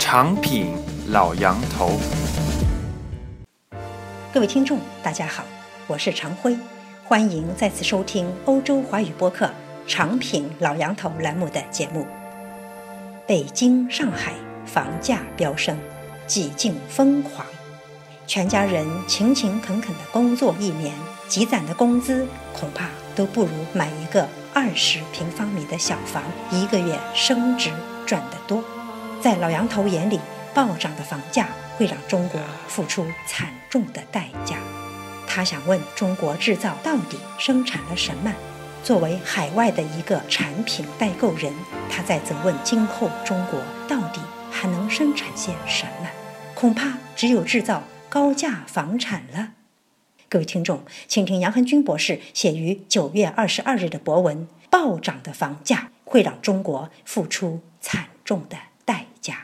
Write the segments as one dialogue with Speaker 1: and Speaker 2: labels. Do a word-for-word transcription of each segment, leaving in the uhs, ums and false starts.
Speaker 1: 长品老杨头。
Speaker 2: 各位听众大家好，我是常辉，欢迎再次收听欧洲华语播客长品老杨头栏目的节目。北京、上海房价飙升，几近疯狂，全家人勤勤恳恳的工作一年，积攒的工资恐怕都不如买一个二十平方米的小房一个月升值赚得多。在老杨头眼里，暴涨的房价会让中国付出惨重的代价。他想问中国制造到底生产了什么？作为海外的一个产品代购人，他在责问今后中国到底还能生产些什么？恐怕只有制造高价房产了。各位听众，请听杨恒军博士写于九月二十二日的博文：暴涨的房价会让中国付出惨重的代价。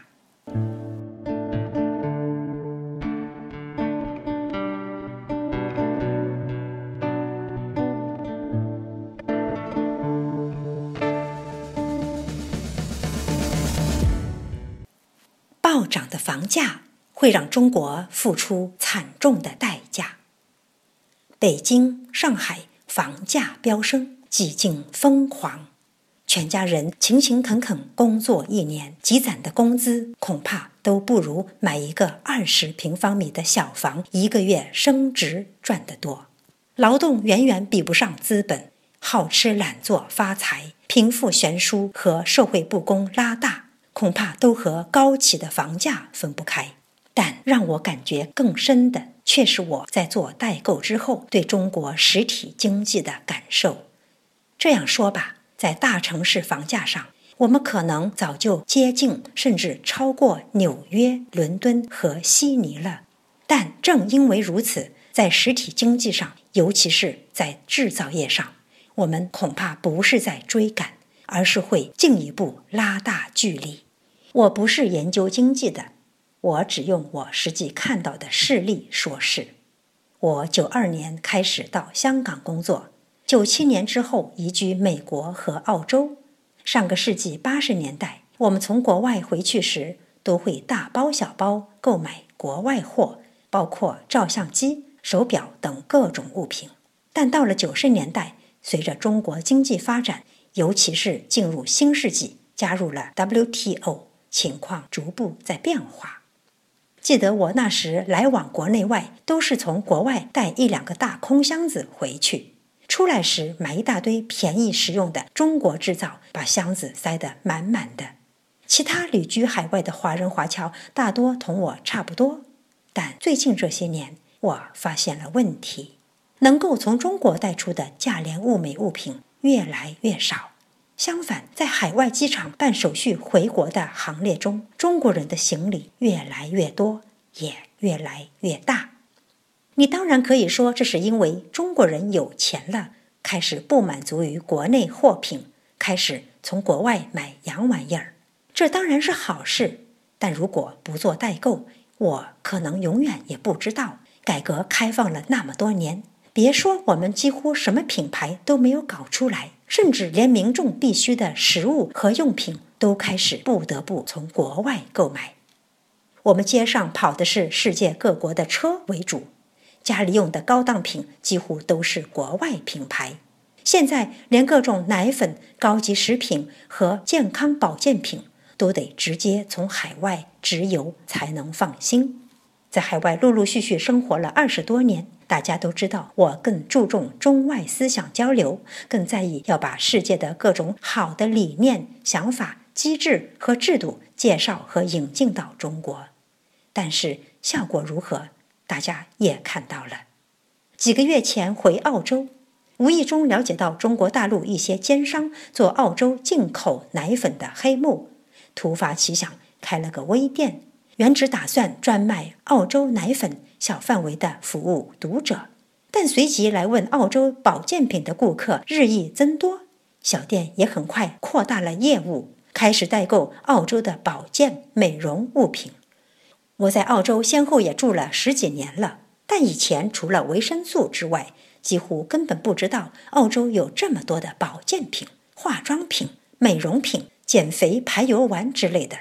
Speaker 2: 暴涨的房价会让中国付出惨重的代价。北京、上海房价飙升，几近疯狂，全家人勤勤恳恳工作一年，积攒的工资恐怕都不如买一个二十平方米的小房一个月升值赚得多。劳动远远比不上资本，好吃懒做发财，贫富悬殊和社会不公拉大，恐怕都和高企的房价分不开。但让我感觉更深的，却是我在做代购之后对中国实体经济的感受。这样说吧，在大城市房价上，我们可能早就接近甚至超过纽约、伦敦和悉尼了。但正因为如此，在实体经济上，尤其是在制造业上，我们恐怕不是在追赶，而是会进一步拉大距离。我不是研究经济的，我只用我实际看到的事例说事。我九二年开始到香港工作，九七年之后移居美国和澳洲。上个世纪八十年代，我们从国外回去时，都会大包小包购买国外货，包括照相机、手表等各种物品。但到了九十年代，随着中国经济发展，尤其是进入新世纪，加入了 W T O， 情况逐步在变化。记得我那时来往国内外，都是从国外带一两个大空箱子回去，出来时买一大堆便宜实用的中国制造，把箱子塞得满满的。其他旅居海外的华人华侨大多同我差不多，但最近这些年，我发现了问题，能够从中国带出的价廉物美物品越来越少。相反，在海外机场办手续回国的行列中，中国人的行李越来越多，也越来越大。你当然可以说这是因为中国人有钱了，开始不满足于国内货品，开始从国外买洋玩意儿。这当然是好事，但如果不做代购，我可能永远也不知道，改革开放了那么多年，别说我们几乎什么品牌都没有搞出来，甚至连民众必需的食物和用品都开始不得不从国外购买。我们街上跑的是世界各国的车为主，家里用的高档品几乎都是国外品牌。现在连各种奶粉、高级食品和健康保健品都得直接从海外直邮才能放心。在海外陆陆续续生活了二十多年，大家都知道我更注重中外思想交流，更在意要把世界的各种好的理念、想法、机制和制度介绍和引进到中国。但是效果如何，大家也看到了。几个月前回澳洲，无意中了解到中国大陆一些奸商做澳洲进口奶粉的黑幕，突发奇想开了个微店，原只打算专卖澳洲奶粉，小范围的服务读者。但随即来问澳洲保健品的顾客日益增多，小店也很快扩大了业务，开始代购澳洲的保健美容物品。我在澳洲先后也住了十几年了，但以前除了维生素之外，几乎根本不知道澳洲有这么多的保健品、化妆品、美容品、减肥排油丸之类的。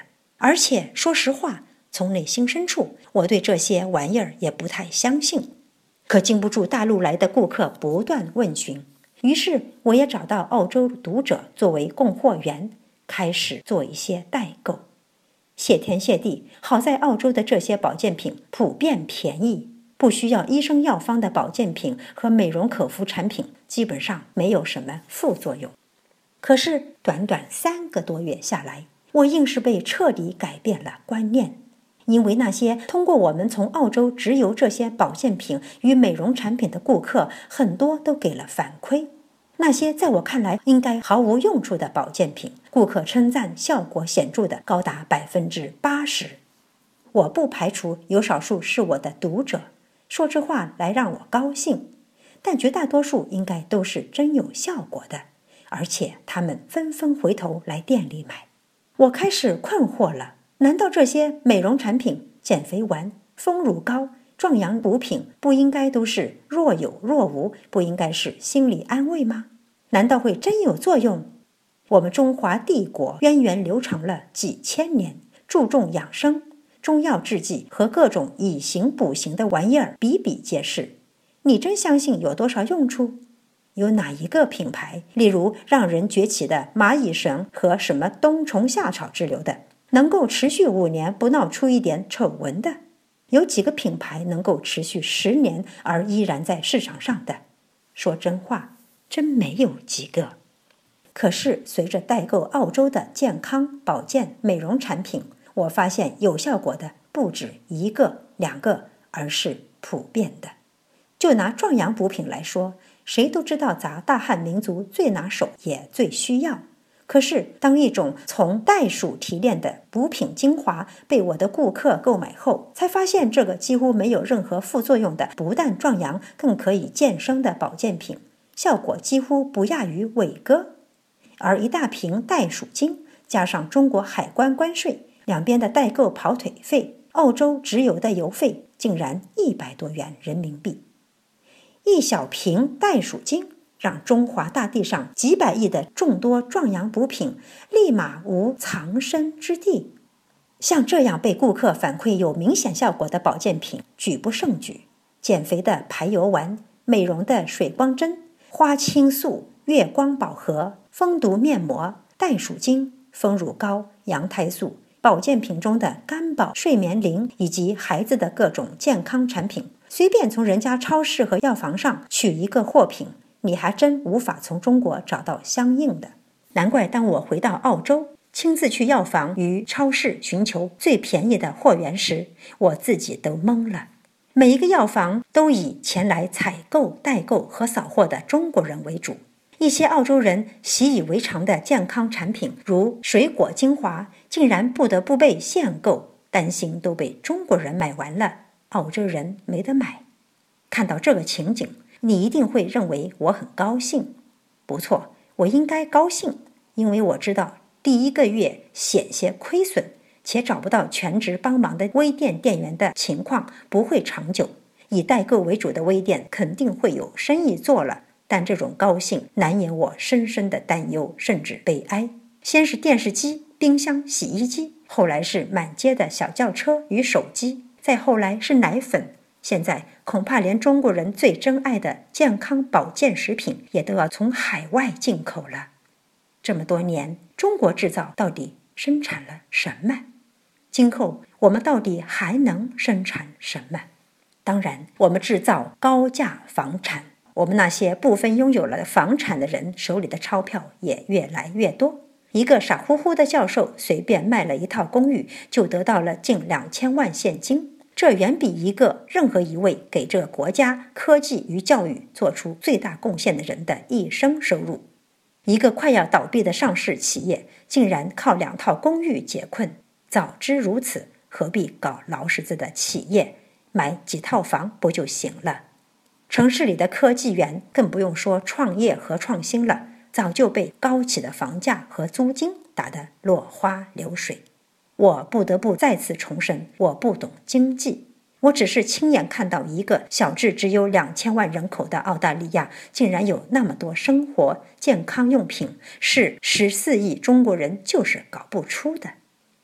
Speaker 2: 而且说实话，从内心深处，我对这些玩意儿也不太相信。可经不住大陆来的顾客不断问询，于是我也找到澳洲读者作为供货员，开始做一些代购。谢天谢地，好在澳洲的这些保健品普遍便宜，不需要医生药方的保健品和美容口服产品基本上没有什么副作用。可是短短三个多月下来，我硬是被彻底改变了观念。因为那些通过我们从澳洲直邮这些保健品与美容产品的顾客，很多都给了反馈。那些在我看来应该毫无用处的保健品，顾客称赞效果显著的高达百分之八十。我不排除有少数是我的读者，说这话来让我高兴，但绝大多数应该都是真有效果的，而且他们纷纷回头来店里买。我开始困惑了。难道这些美容产品、减肥丸、丰乳膏、壮阳补品不应该都是若有若无，不应该是心理安慰吗？难道会真有作用？我们中华帝国源远流长了几千年，注重养生，中药制剂和各种以形补形的玩意儿比比皆是。你真相信有多少用处？有哪一个品牌，例如让人崛起的蚂蚁绳和什么冬虫夏草之流的，能够持续五年不闹出一点丑闻的？有几个品牌能够持续十年而依然在市场上的？说真话，真没有几个。可是随着代购澳洲的健康、保健、美容产品，我发现有效果的不止一个、两个，而是普遍的。就拿壮阳补品来说，谁都知道咱大汉民族最拿手也最需要。可是当一种从袋鼠提炼的补品精华被我的顾客购买后，才发现这个几乎没有任何副作用的不但壮阳更可以健身的保健品，效果几乎不亚于伟哥。而一大瓶袋鼠精加上中国海关关税，两边的代购跑腿费，澳洲直邮的邮费竟然一百多元人民币。一小瓶袋鼠精让中华大地上几百亿的众多壮阳补品立马无藏身之地。像这样被顾客反馈有明显效果的保健品举不胜举，减肥的排油丸、美容的水光针、花青素、月光宝盒、蜂毒面膜、袋鼠精、丰乳膏、羊胎素，保健品中的肝宝、睡眠灵以及孩子的各种健康产品，随便从人家超市和药房上取一个货品，你还真无法从中国找到相应的。难怪当我回到澳洲，亲自去药房与超市寻求最便宜的货源时，我自己都懵了。每一个药房都以前来采购、代购和扫货的中国人为主。一些澳洲人习以为常的健康产品，如水果精华，竟然不得不被限购，担心都被中国人买完了，澳洲人没得买。看到这个情景，你一定会认为我很高兴。不错，我应该高兴，因为我知道第一个月险些亏损且找不到全职帮忙的微店店员的情况不会长久。以代购为主的微店肯定会有生意做了，但这种高兴难掩我深深的担忧，甚至悲哀。先是电视机、冰箱、洗衣机，后来是满街的小轿车与手机，再后来是奶粉，现在恐怕连中国人最珍爱的健康保健食品也都要从海外进口了。这么多年，中国制造到底生产了什么？今后我们到底还能生产什么？当然，我们制造高价房产，我们那些部分拥有了房产的人手里的钞票也越来越多。一个傻乎乎的教授随便卖了一套公寓，就得到了近两千万现金，这远比一个任何一位给这个国家科技与教育做出最大贡献的人的一生收入。一个快要倒闭的上市企业竟然靠两套公寓解困，早知如此，何必搞劳什子的企业，买几套房不就行了？城市里的科技园更不用说创业和创新了，早就被高企的房价和租金打得落花流水。我不得不再次重申，我不懂经济，我只是亲眼看到一个小至只有两千万人口的澳大利亚，竟然有那么多生活健康用品是十四亿中国人就是搞不出的。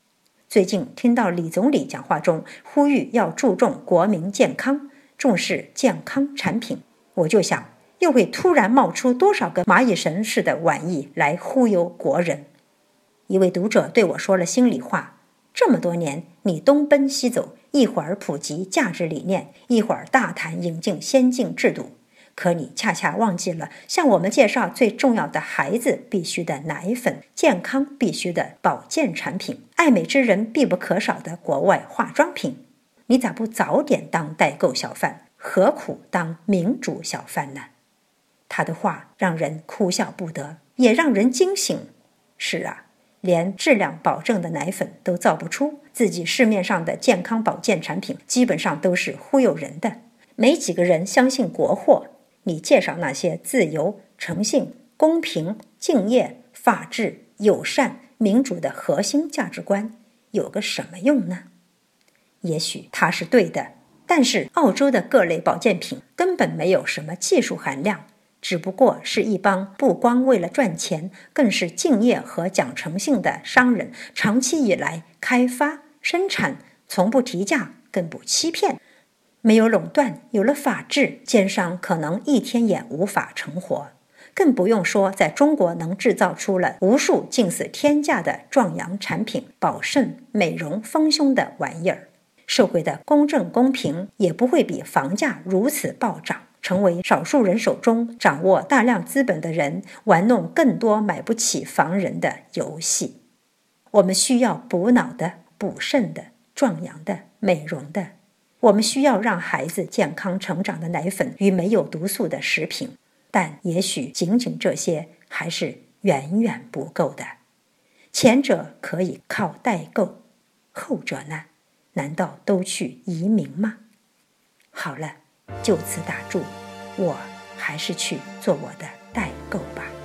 Speaker 2: 最近听到李总理讲话中呼吁要注重国民健康，重视健康产品，我就想，又会突然冒出多少个蚂蚁神似的玩意来忽悠国人。一位读者对我说了心里话，这么多年你东奔西走，一会儿普及价值理念，一会儿大谈引进先进制度，可你恰恰忘记了向我们介绍最重要的孩子必须的奶粉，健康必须的保健产品，爱美之人必不可少的国外化妆品。你咋不早点当代购小贩，何苦当民主小贩呢？他的话让人哭笑不得，也让人惊醒。是啊，连质量保证的奶粉都造不出，自己市面上的健康保健产品基本上都是忽悠人的，没几个人相信国货。你介绍那些自由、诚信、公平、敬业、法治、友善、民主的核心价值观，有个什么用呢？也许它是对的，但是澳洲的各类保健品根本没有什么技术含量，只不过是一帮不光为了赚钱，更是敬业和讲诚信的商人长期以来开发、生产，从不提价，更不欺骗。没有垄断，有了法治，奸商可能一天也无法成活，更不用说在中国能制造出了无数近似天价的壮阳产品，保肾、美容、丰胸的玩意儿。社会的公正公平也不会比房价如此暴涨，成为少数人手中掌握大量资本的人玩弄更多买不起房人的游戏。我们需要补脑的、补肾的、壮阳的、美容的，我们需要让孩子健康成长的奶粉与没有毒素的食品，但也许仅仅这些还是远远不够的。前者可以靠代购，后者呢？难道都去移民吗？好了，就此打住，我还是去做我的代购吧。